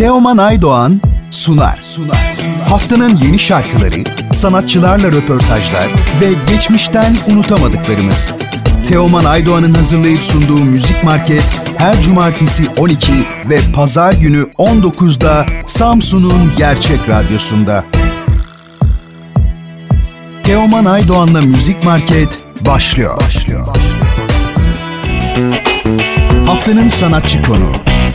Teoman Aydoğan sunar. Haftanın yeni şarkıları, sanatçılarla röportajlar ve geçmişten unutamadıklarımız. Teoman Aydoğan'ın hazırlayıp sunduğu Müzik Market her cumartesi 12 ve pazar günü 19'da Samsun'un Gerçek Radyosu'nda. Teoman Aydoğan'la Müzik Market başlıyor. Haftanın sanatçı konuğu.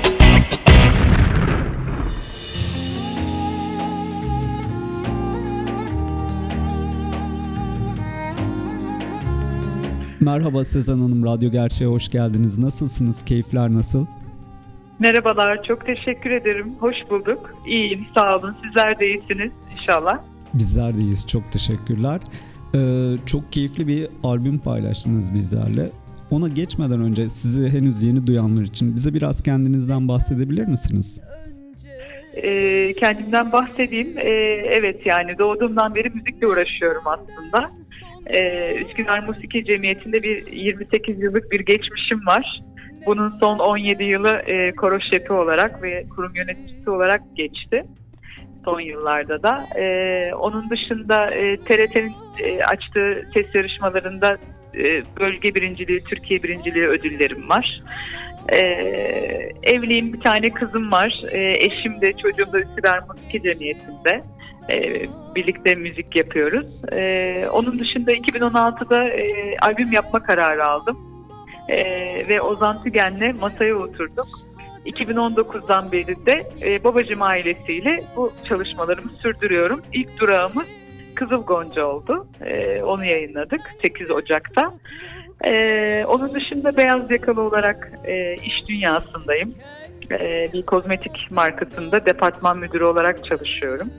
Merhaba Sezen Hanım, Radyo Gerçek'e hoş geldiniz. Nasılsınız? Keyifler nasıl? Merhabalar, çok teşekkür ederim. Hoş bulduk. İyiyim, sağ olun. Sizler de iyisiniz inşallah. Bizler de iyiyiz, çok teşekkürler. Çok keyifli bir albüm paylaştınız bizlerle. Ona geçmeden önce sizi henüz yeni duyanlar için bize biraz kendinizden bahsedebilir misiniz? Kendimden bahsedeyim. Evet, yani doğduğumdan beri müzikle uğraşıyorum aslında. Üsküdar Musiki Cemiyeti'nde bir 28 yıllık bir geçmişim var. Bunun son 17 yılı koro şefi olarak ve kurum yöneticisi olarak geçti. Son yıllarda da. Onun dışında TRT'nin açtığı ses yarışmalarında bölge birinciliği, Türkiye birinciliği ödüllerim var. Evliyim, bir tane kızım var. Eşim de, çocuğum da Üsküdar Musiki Cemiyeti'nde. Birlikte müzik yapıyoruz. Onun dışında 2016'da albüm yapma kararı aldım. Ve Ozan Tügen'le masaya oturduk. 2019'dan beri de babacığım ailesiyle bu çalışmalarımı sürdürüyorum. İlk durağımız Kızıl Gonca oldu. Onu yayınladık 8 Ocak'ta. Onun dışında beyaz yakalı olarak iş dünyasındayım. Bir kozmetik markasında departman müdürü olarak çalışıyorum.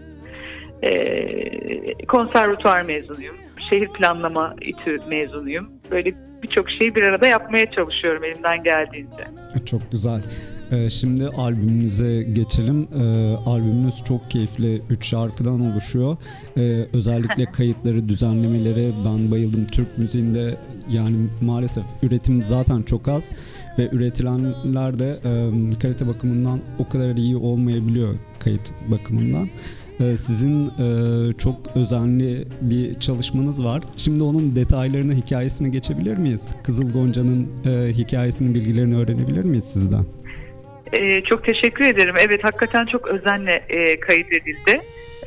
Konservatuvar mezunuyum. Şehir planlama İTÜ mezunuyum. Böyle birçok şeyi bir arada yapmaya çalışıyorum elimden geldiğince. Çok güzel. Şimdi albümünüze geçelim. Albümünüz çok keyifli. 3 şarkıdan oluşuyor. Özellikle kayıtları, düzenlemeleri ben bayıldım. Türk müziğinde yani maalesef üretim zaten çok az ve üretilenler de kalite bakımından o kadar iyi olmayabiliyor kayıt bakımından. Sizin çok özenli bir çalışmanız var. Şimdi onun detaylarını, hikayesine geçebilir miyiz? Kızıl Gonca'nın hikayesinin bilgilerini öğrenebilir miyiz sizden? Çok teşekkür ederim. Evet, hakikaten çok özenle kaydedildi.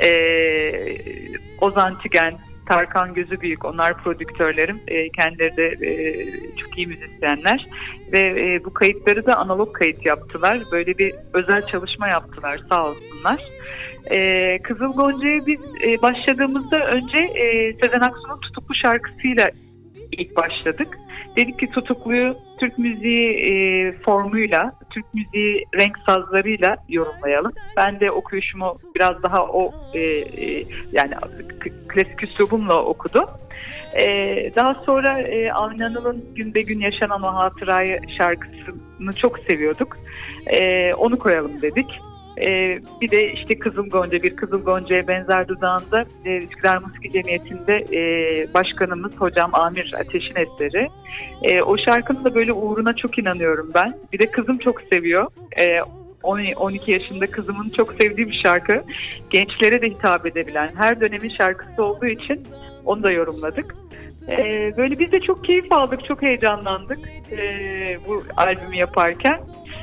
Ozan Tügen, Tarkan Gözübüyük, onlar prodüktörlerim. Kendileri de çok iyi müzisyenler. Ve bu kayıtları da analog kayıt yaptılar. Böyle bir özel çalışma yaptılar, sağ olsunlar. Kızıl Gonca'ya biz başladığımızda önce Sezen Aksu'nun Tutuklu şarkısıyla ilk başladık. Dedik ki Tutuklu'yu Türk müziği formuyla, Türk müziği renk sazlarıyla yorumlayalım. Ben de okuyuşumu biraz daha yani klasik üslubumla okudum. Daha sonra Avni Anıl'ın Gün Be Gün Yaşanan O Hatırayı şarkısını çok seviyorduk. Onu koyalım dedik. Bir de işte Kızıl Gonca, bir Kızıl Gonca'ya benzer dudağında Üsküdar Musiki Cemiyeti'nde başkanımız hocam Amir Ateş'in eseri. O şarkının da böyle uğruna çok inanıyorum ben. Bir de kızım çok seviyor. 12 yaşında kızımın çok sevdiği bir şarkı. Gençlere de hitap edebilen, her dönemin şarkısı olduğu için onu da yorumladık. Böyle biz de çok keyif aldık, çok heyecanlandık bu albümü yaparken.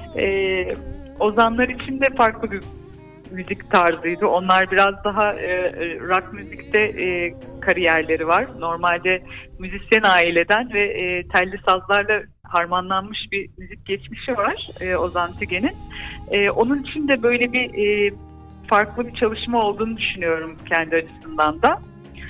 Ozanlar için de farklı bir müzik tarzıydı. Onlar biraz daha rock müzikte kariyerleri var. Normalde müzisyen aileden ve telli sazlarla harmanlanmış bir müzik geçmişi var Ozan Tügen'in. Onun için de böyle bir farklı bir çalışma olduğunu düşünüyorum kendi açısından da.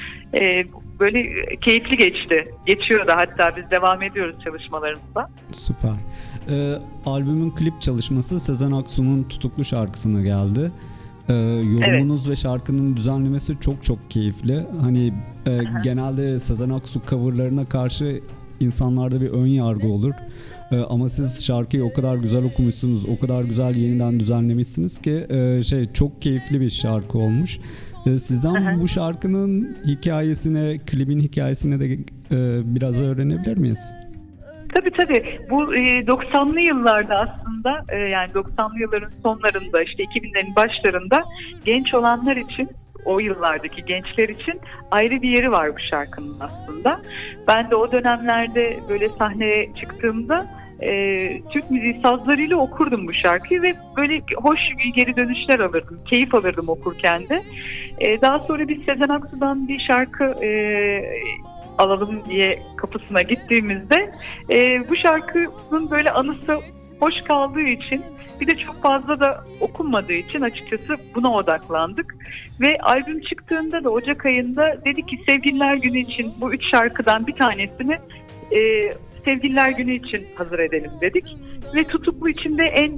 Böyle keyifli geçti. Geçiyor da, hatta biz devam ediyoruz çalışmalarımıza. Süper. Albümün klip çalışması Sezen Aksu'nun Tutuklu şarkısına geldi. Yorumunuz evet. Ve şarkının düzenlemesi çok çok keyifli. Hani genelde Sezen Aksu coverlarına karşı insanlarda bir ön yargı olur. Ama siz şarkıyı o kadar güzel okumuşsunuz, o kadar güzel yeniden düzenlemişsiniz ki çok keyifli bir şarkı olmuş. Sizden bu şarkının hikayesine, klibin hikayesine de biraz öğrenebilir miyiz? Tabii. Bu 90'lı yıllarda aslında yani 90'lı yılların sonlarında işte 2000'lerin başlarında genç olanlar için, o yıllardaki gençler için ayrı bir yeri var bu şarkının aslında. Ben de o dönemlerde böyle sahneye çıktığımda Türk müziği sazlarıyla okurdum bu şarkıyı ve böyle hoş geri dönüşler alırdım, keyif alırdım okurken de. Daha sonra biz Sezen Aksu'dan bir şarkı alalım diye kapısına gittiğimizde bu şarkının böyle anısı hoş kaldığı için, bir de çok fazla da okunmadığı için açıkçası buna odaklandık. Ve albüm çıktığında da Ocak ayında dedik ki Sevgililer Günü için bu 3 şarkıdan bir tanesini Sevgililer Günü için hazır edelim dedik. Ve Tutuklu içinde en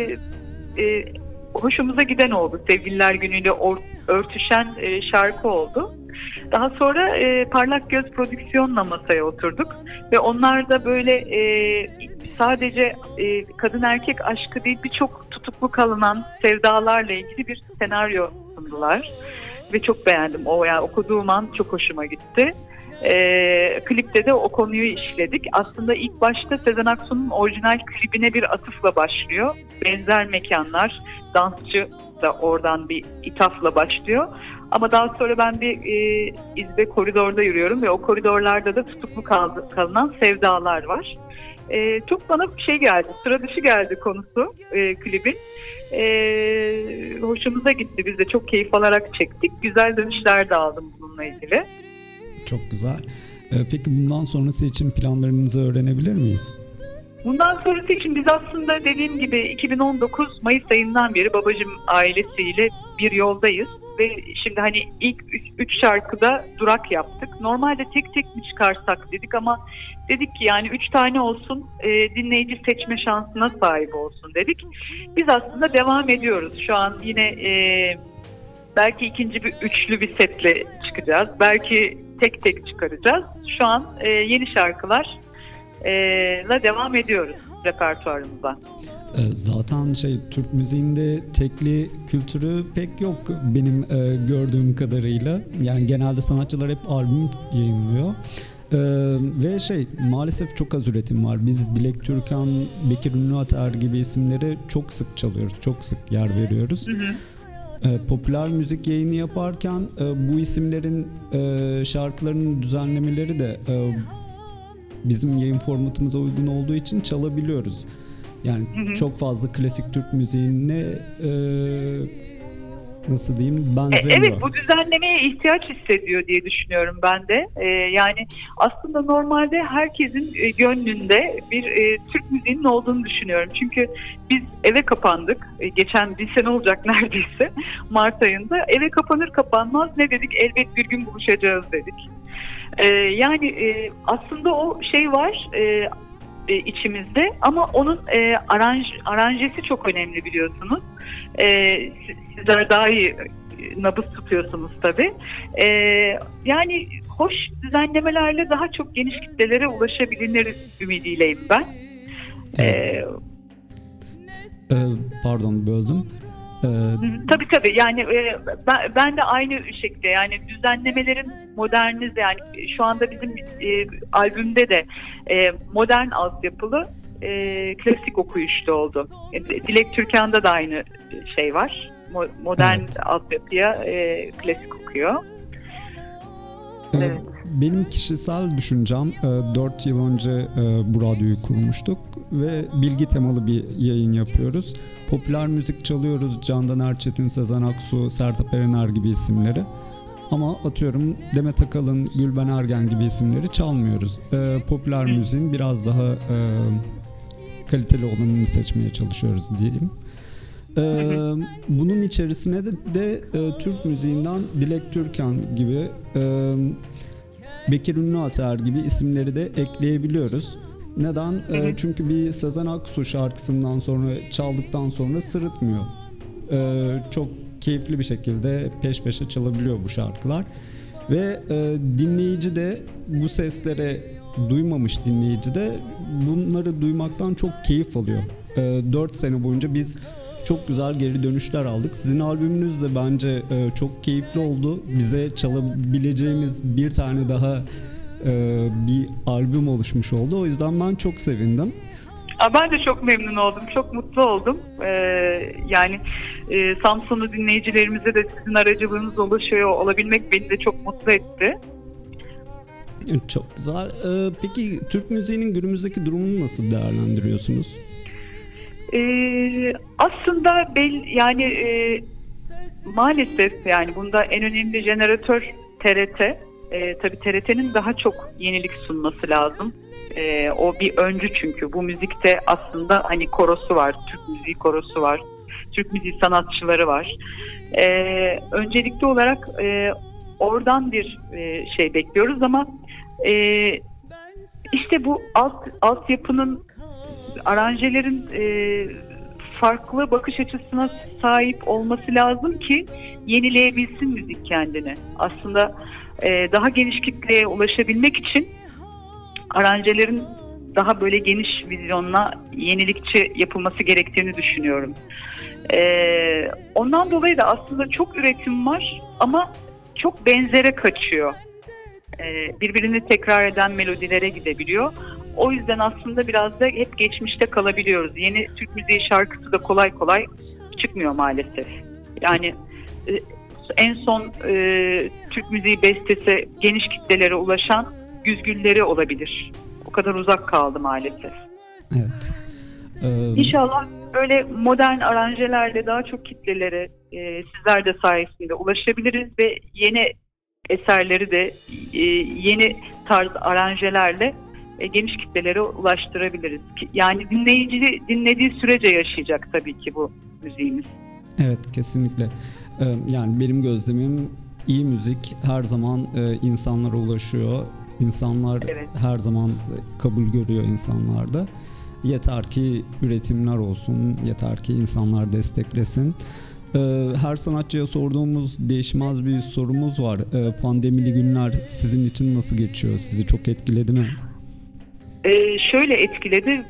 hoşumuza giden oldu. Sevgililer Günü'yle örtüşen şarkı oldu. Daha sonra Parlak Göz Prodüksiyon'la masaya oturduk ve onlar da böyle sadece kadın erkek aşkı değil, birçok tutuklu kalınan sevdalarla ilgili bir senaryo sundular ve çok beğendim. Yani okuduğum an çok hoşuma gitti. Klipte de o konuyu işledik. Aslında ilk başta Sezen Aksu'nun orijinal klibine bir atıfla başlıyor. Benzer mekanlar, dansçı da oradan bir ithafla başlıyor. Ama daha sonra ben bir izbe koridorda yürüyorum ve o koridorlarda da tutuklu kalınan sevdalar var. Çok bana şey geldi, sıra dışı geldi konusu klibin. Hoşumuza gitti, biz de çok keyif alarak çektik. Güzel dönüşler de aldım bununla ilgili. Çok güzel. Peki bundan sonrası için planlarınızı öğrenebilir miyiz? Bundan sonrası için biz aslında dediğim gibi 2019 Mayıs ayından beri babacığım ailesiyle bir yoldayız. Ve şimdi hani ilk 3 şarkıda durak yaptık. Normalde tek tek mi çıkarsak dedik ama dedik ki yani 3 tane olsun, dinleyici seçme şansına sahip olsun dedik. Biz aslında devam ediyoruz. Şu an yine belki ikinci bir üçlü bir setle çıkacağız. Belki tek tek çıkaracağız. Şu an yeni şarkılarla devam ediyoruz repertuarımıza. Zaten Türk müziğinde tekli kültürü pek yok benim gördüğüm kadarıyla. Yani genelde sanatçılar hep albüm yayınlıyor. Ve maalesef çok az üretim var. Biz Dilek Türkan, Bekir Ünlüater gibi isimleri çok sık çalıyoruz. Çok sık yer veriyoruz. Hı hı. Popüler müzik yayını yaparken bu isimlerin şarkılarının düzenlemeleri de bizim yayın formatımıza uygun olduğu için çalabiliyoruz. Yani çok fazla klasik Türk müziğine nasıl diyeyim benzemiyor. Evet, bu düzenlemeye ihtiyaç hissediyor diye düşünüyorum ben de. Yani aslında normalde herkesin gönlünde bir Türk müziğinin olduğunu düşünüyorum. Çünkü biz eve kapandık. Geçen bir sene olacak neredeyse Mart ayında. Eve kapanır kapanmaz ne dedik? Elbet bir gün buluşacağız dedik. Yani aslında o var içimizde ama onun aranjesi çok önemli biliyorsunuz. Sizler daha iyi nabız tutuyorsunuz tabii. Yani hoş düzenlemelerle daha çok geniş kitlelere ulaşabilir ümidiyleyim ben. Pardon böldüm. Tabii yani ben de aynı şekilde yani düzenlemelerin modernize yani şu anda bizim albümde de modern altyapılı klasik okuyuşlu oldu. Dilek Türkan'da da aynı var. Modern altyapıya klasik okuyor. Evet. Benim kişisel düşüncem 4 yıl önce bu radyoyu kurmuştuk ve bilgi temalı bir yayın yapıyoruz. Popüler müzik çalıyoruz. Candan Erçetin, Sezen Aksu, Sertab Erener gibi isimleri. Ama atıyorum Demet Akalın, Gülben Ergen gibi isimleri çalmıyoruz. Popüler müziğin biraz daha kaliteli olanını seçmeye çalışıyoruz diyeyim. Bunun içerisine de Türk müziğinden Dilek Türkan gibi, Bekir Ünlüater gibi isimleri de ekleyebiliyoruz. Neden? Çünkü bir Sezen Aksu şarkısından sonra çaldıktan sonra sırıtmıyor. Çok keyifli bir şekilde peş peşe çalabiliyor bu şarkılar. Ve dinleyici de bu seslere duymamış dinleyici de bunları duymaktan çok keyif alıyor. 4 sene boyunca biz çok güzel geri dönüşler aldık. Sizin albümünüz de bence çok keyifli oldu. Bize çalabileceğimiz bir tane daha bir albüm oluşmuş oldu. O yüzden ben çok sevindim. Ben de çok memnun oldum, çok mutlu oldum. Yani Samsunlu dinleyicilerimize de sizin aracılığınızla ulaşıyor olabilmek beni de çok mutlu etti. Çok güzel. Peki Türk müziğinin günümüzdeki durumunu nasıl değerlendiriyorsunuz? Aslında yani maalesef yani bunda en önemli jeneratör TRT. Tabii TRT'nin daha çok yenilik sunması lazım. O bir öncü çünkü. Bu müzikte aslında hani korosu var, Türk müziği korosu var, Türk müziği sanatçıları var. Öncelikli olarak oradan bir şey bekliyoruz ama işte bu altyapının, aranjelerin farklı bakış açısına sahip olması lazım ki yenileyebilsin müzik kendini. Aslında daha geniş kitleye ulaşabilmek için aranjelerin daha böyle geniş vizyonla yenilikçi yapılması gerektiğini düşünüyorum. Ondan dolayı da aslında çok üretim var ama çok benzere kaçıyor. Birbirini tekrar eden melodilere gidebiliyor. O yüzden aslında biraz da hep geçmişte kalabiliyoruz. Yeni Türk müziği şarkısı da kolay kolay çıkmıyor maalesef. Yani en son Türk müziği bestesi geniş kitlelere ulaşan Güzgülleri olabilir. O kadar uzak kaldı maalesef. Evet. İnşallah böyle modern aranjelerle daha çok kitlelere sizler de sayesinde ulaşabiliriz ve yeni eserleri de yeni tarz aranjelerle geniş kitlelere ulaştırabiliriz. Yani dinleyici dinlediği sürece yaşayacak tabii ki bu müziğimiz. Evet, kesinlikle. Yani benim gözlemim iyi müzik her zaman insanlara ulaşıyor. İnsanlar evet. Her zaman kabul görüyor insanlarda. Yeter ki üretimler olsun, yeter ki insanlar desteklesin. Her sanatçıya sorduğumuz değişmez bir sorumuz var. Pandemili günler sizin için nasıl geçiyor? Sizi çok etkiledi mi? Şöyle etkiledi.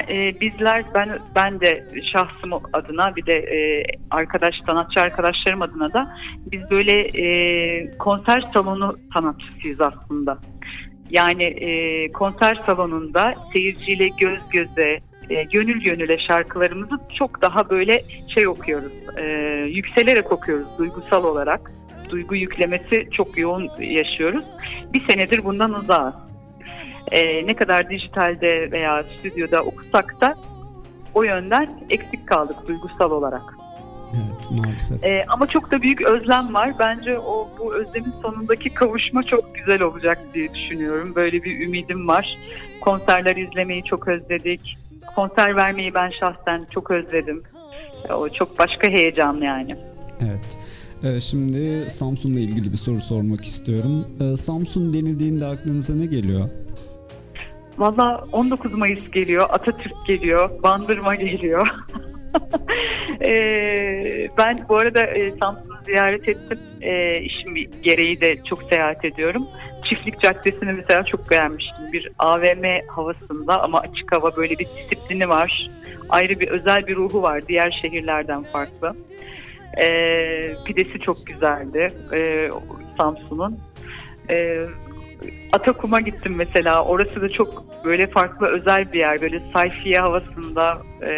Ben de şahsım adına bir de sanatçı arkadaşlarım adına da biz böyle konser salonu sanatçısıyız aslında. Yani konser salonunda seyirciyle göz göze, gönül gönüle şarkılarımızı çok daha böyle okuyoruz. Yükselerek okuyoruz duygusal olarak. Duygu yüklemesi çok yoğun yaşıyoruz. Bir senedir bundan uzağız. Ne kadar dijitalde veya stüdyoda okusak da o yönden eksik kaldık duygusal olarak. Evet, maalesef. Ama çok da büyük özlem var. Bence bu özlemin sonundaki kavuşma çok güzel olacak diye düşünüyorum. Böyle bir ümidim var. Konserler izlemeyi çok özledik. Konser vermeyi ben şahsen çok özledim. O çok başka heyecan yani. Evet. Şimdi Samsun'la ilgili bir soru sormak istiyorum. Samsun denildiğinde aklınıza ne geliyor? Valla 19 Mayıs geliyor, Atatürk geliyor, Bandırma geliyor. Ben bu arada Samsun'u ziyaret ettim. İşim gereği de çok seyahat ediyorum. Çiftlik Caddesi'ni mesela çok beğenmiştim. Bir AVM havasında ama açık hava, böyle bir disiplini var. Ayrı bir özel bir ruhu var diğer şehirlerden farklı. Pidesi çok güzeldi Samsun'un. Atakum'a gittim mesela. Orası da çok böyle farklı, özel bir yer. Böyle sayfiye havasında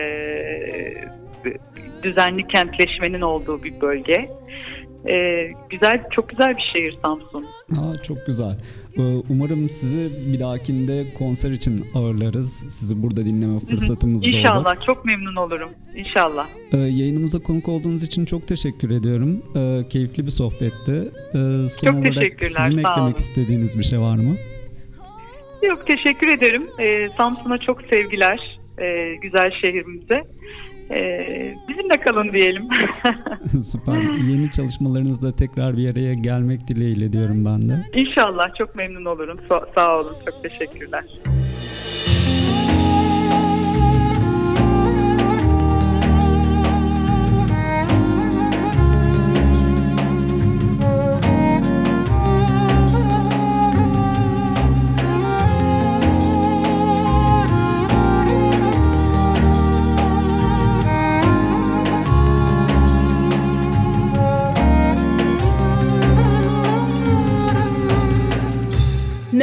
düzenli kentleşmenin olduğu bir bölge. Güzel, çok güzel bir şehir Samsun. Çok güzel. Umarım sizi bir dahakinde konser için ağırlarız. Sizi burada dinleme fırsatımız da olur. İnşallah, çok memnun olurum. İnşallah. Yayınımıza konuk olduğunuz için çok teşekkür ediyorum. Keyifli bir sohbetti. Çok teşekkürler. Sizin eklemek istediğiniz bir şey var mı? Yok, teşekkür ederim. Samsun'a çok sevgiler. Güzel şehrimize. Bizimle kalın diyelim. Süper. Yeni çalışmalarınızda tekrar bir araya gelmek dileğiyle diyorum ben de. İnşallah, çok memnun olurum. Sağ olun. Çok teşekkürler.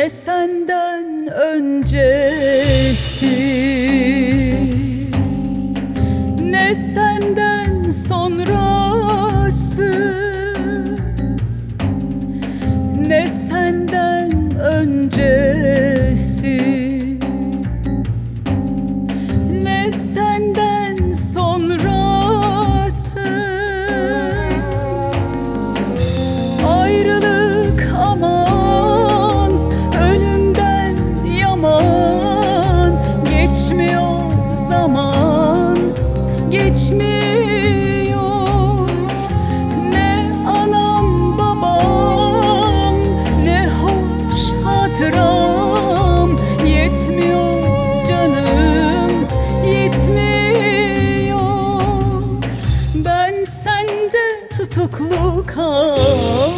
ne senden öncesi, ne senden sonrası, ne senden öncesi, ne senden sonrası. Ayrılık aman, ölümden yaman, geçmiyor zaman, geçmiyor. Ne anam babam, ne hoş hatıram, yetmiyor canım, yetmiyor. Ben sende tutuklu kaldım,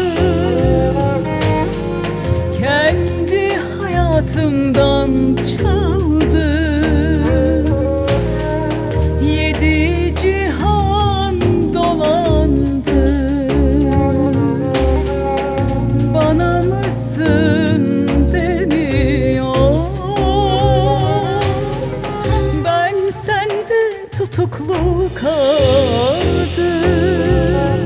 kendi hayatımdan çaldım. Yedi cihan dolandım, bana mısın demiyor. Ben sende tutuklu kaldım,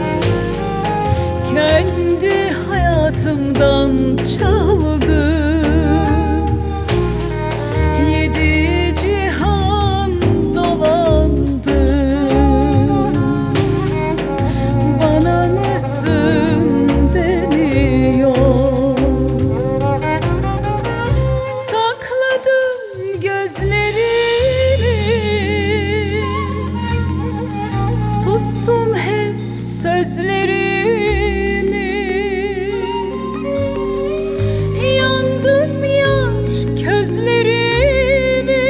kendi hayatımdan çaldım. Yedi cihan dolandım, bana mısın demiyor. Sakladım gözlerimi, sustum hep sözlerimi. Yandım yar közlerimi,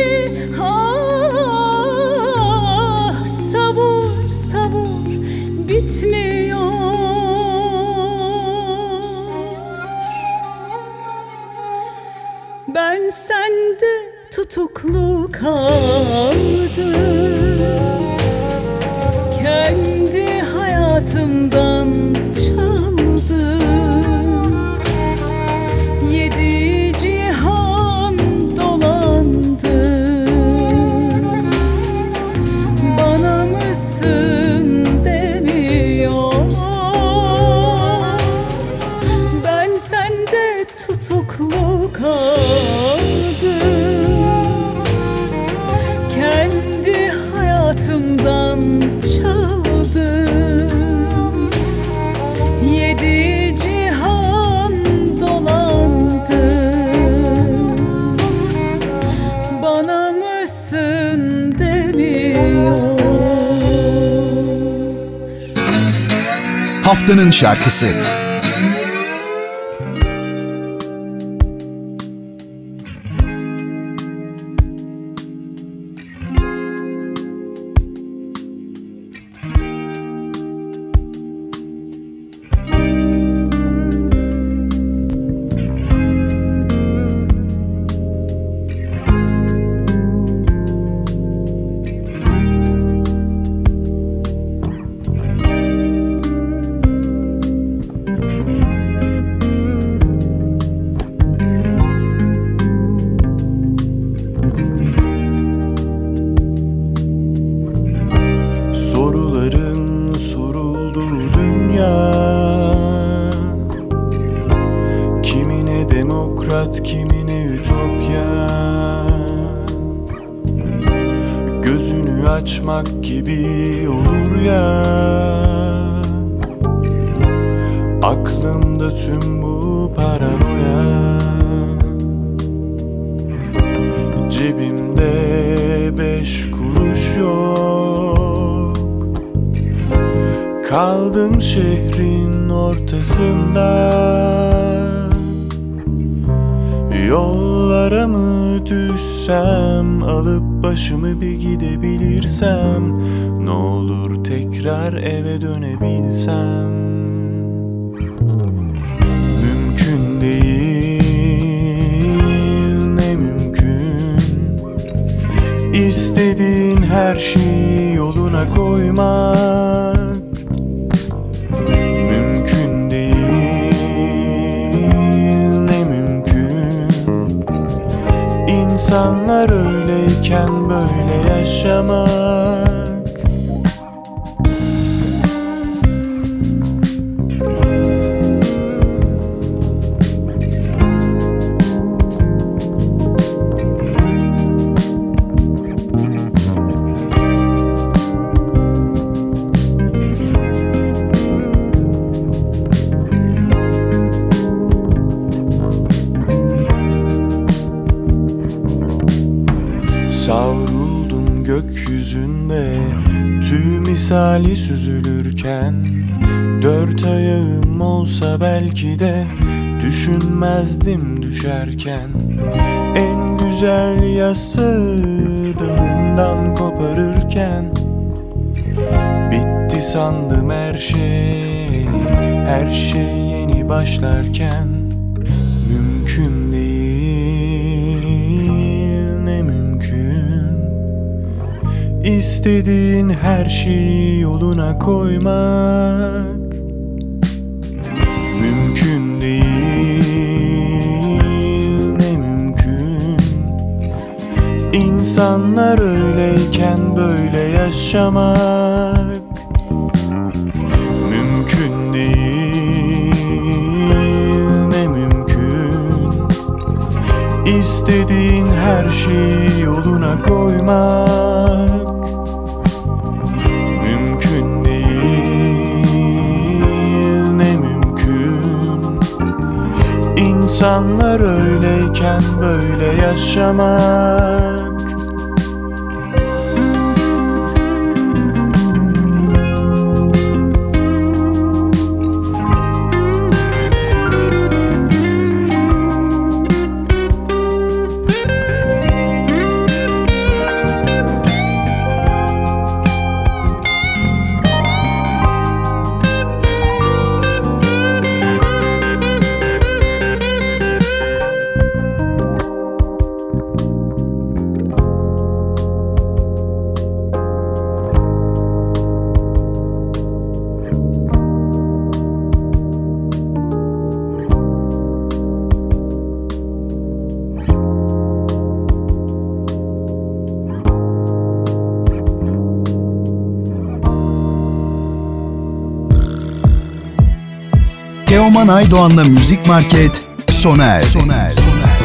ah savur savur bitmiyor. Ben sende tutuklu kaldım, kendi hayatımdan çaldım. Yedi cihan dolandım, bana mısın demiyor. Ben sende tutuklu kaldım, kendi hayatımdan çaldım. Yedi cihan dolandım, bana mısın demiyor. Haftanın şarkısı. Soruların sorulduğu dünya, kimine demokrat, kimine ütopya. Gözünü açmak gibi olur ya, aklımda tüm bu paranoya. Cebimde 5 kuruş yok, kaldım şehrin ortasında. Yollara mı düşsem, alıp başımı bir gidebilirsem, ne olur tekrar eve dönebilsem. Mümkün değil, ne mümkün, İstediğin her şeyi yoluna koymak. Mümkün değil, ne mümkün, misali süzülürken, dört ayağım olsa belki de düşünmezdim düşerken. En güzel yası dalından koparırken, bitti sandım her şey yeni başlarken. Mümkün değil, ne mümkün, İstediğin her şeyi yoluna koymak. Mümkün değil, ne mümkün, İnsanlar öyleyken böyle yaşamak. Mümkün değil, ne mümkün, İstediğin her şeyi yoluna koymak. Mümkün değil, ne mümkün, İnsanlar öyleyken böyle yaşamak. Teoman Aydoğan'la Müzik Market sona erdi.